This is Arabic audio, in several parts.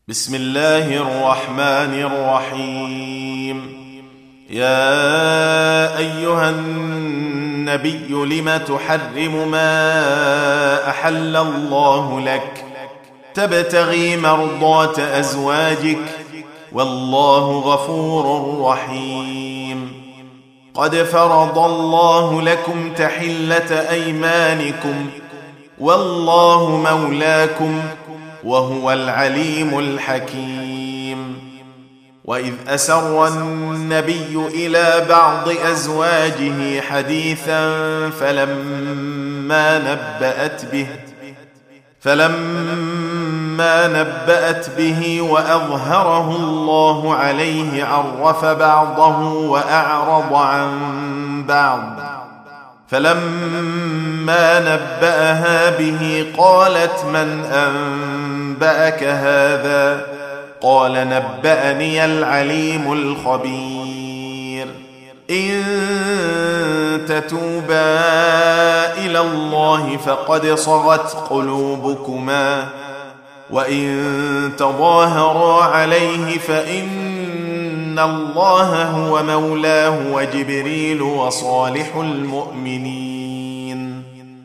بسم الله الرحمن الرحيم. يا أيها النبي لم تحرم ما أحل الله لك تبتغي مرضات أزواجك والله غفور رحيم. قد فرض الله لكم تحلة أيمانكم والله مولاكم وهو العليم الحكيم. وإذ أسر النبي إلى بعض أزواجه حديثا فلما نبأت به وأظهره الله عليه عرف بعضه وأعرض عن بعض، فلما نبأها به قالت من أنبأك هذا؟ قال نبأني العليم الخبير. إن تتوبا إلى الله فقد صغت قلوبكما وإن تظاهرا عليه فإن الله هو مولاه وجبريل وصالح المؤمنين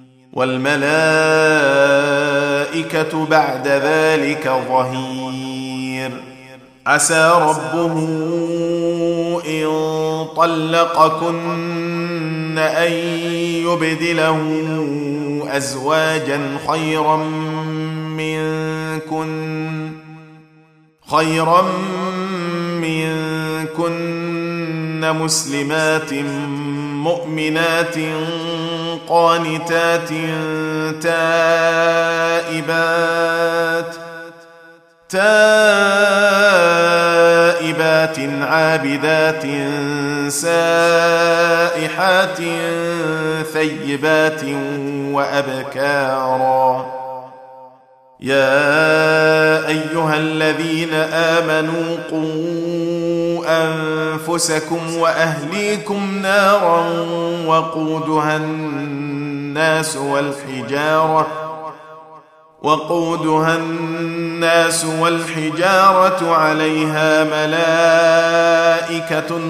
والملائكة بعد ذلك ظهير. عسى ربه إن طلقكن أن يبدله أزواجا خيرا منكن مسلمات مؤمنات قانتات تائبات عابدات سائحات ثيبات وأبكارا. يا أيها الذين آمنوا قوا أنفسكم وأهليكم نارا وقودها الناس والحجارة عليها ملائكة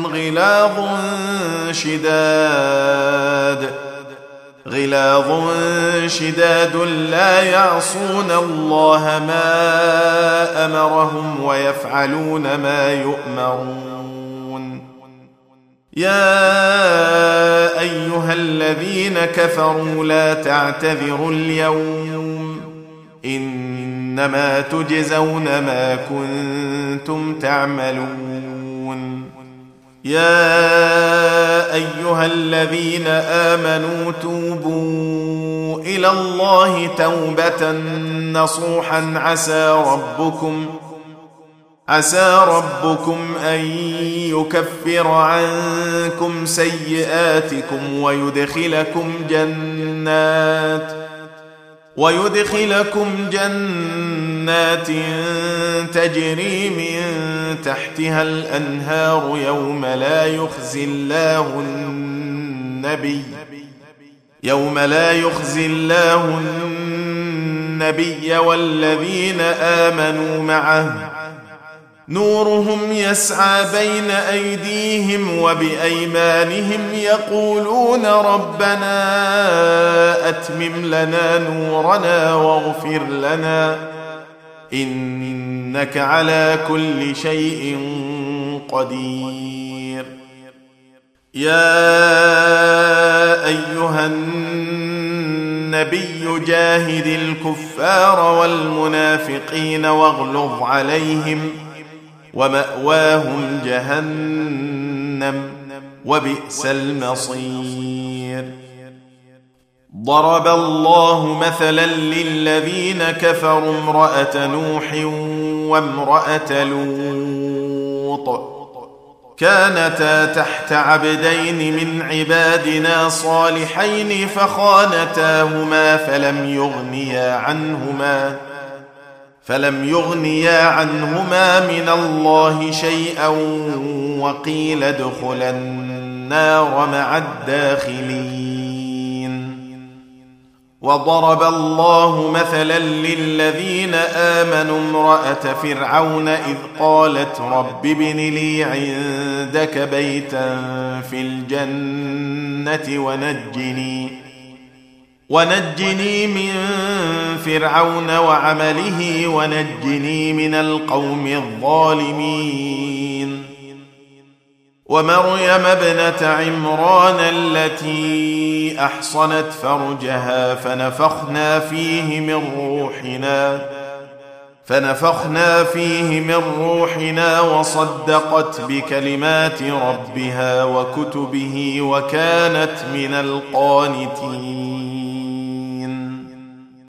غلاظ شداد لا يعصون الله ما أمرهم ويفعلون ما يؤمرون. يا أيها الذين كفروا لا تعتذروا اليوم إنما تجزون ما كنتم تعملون. يا أيها الذين آمنوا توبوا إلى الله توبة نصوحا عسى ربكم أن يكفر عنكم سيئاتكم ويدخلكم جنات تجري من تحتها الأنهار يوم لا يخزي الله النبي والذين آمنوا معه نورهم يسعى بين أيديهم وبأيمانهم يقولون ربنا أتمم لنا نورنا واغفر لنا إنك على كل شيء قدير. يا أيها النبي جاهد الكفار والمنافقين واغلظ عليهم ومأواهم جهنم وبئس المصير. ضرب الله مثلا للذين كفروا امرأة نوح وامرأة لوط كانتا تحت عبدين من عبادنا صالحين فخانتاهما فلم يغنيا عنهما من الله شيئا وقيل ادخلا النار مع الداخلين. وضرب الله مثلا للذين آمنوا امرأة فرعون إذ قالت رب ابن لي عندك بيتا في الجنة ونجني من فرعون وعمله ونجني من القوم الظالمين ومريم ابنة عمران التي أحصنت فرجها فنفخنا فيه من روحنا وصدقت بكلمات ربها وكتبه وكانت من القانتين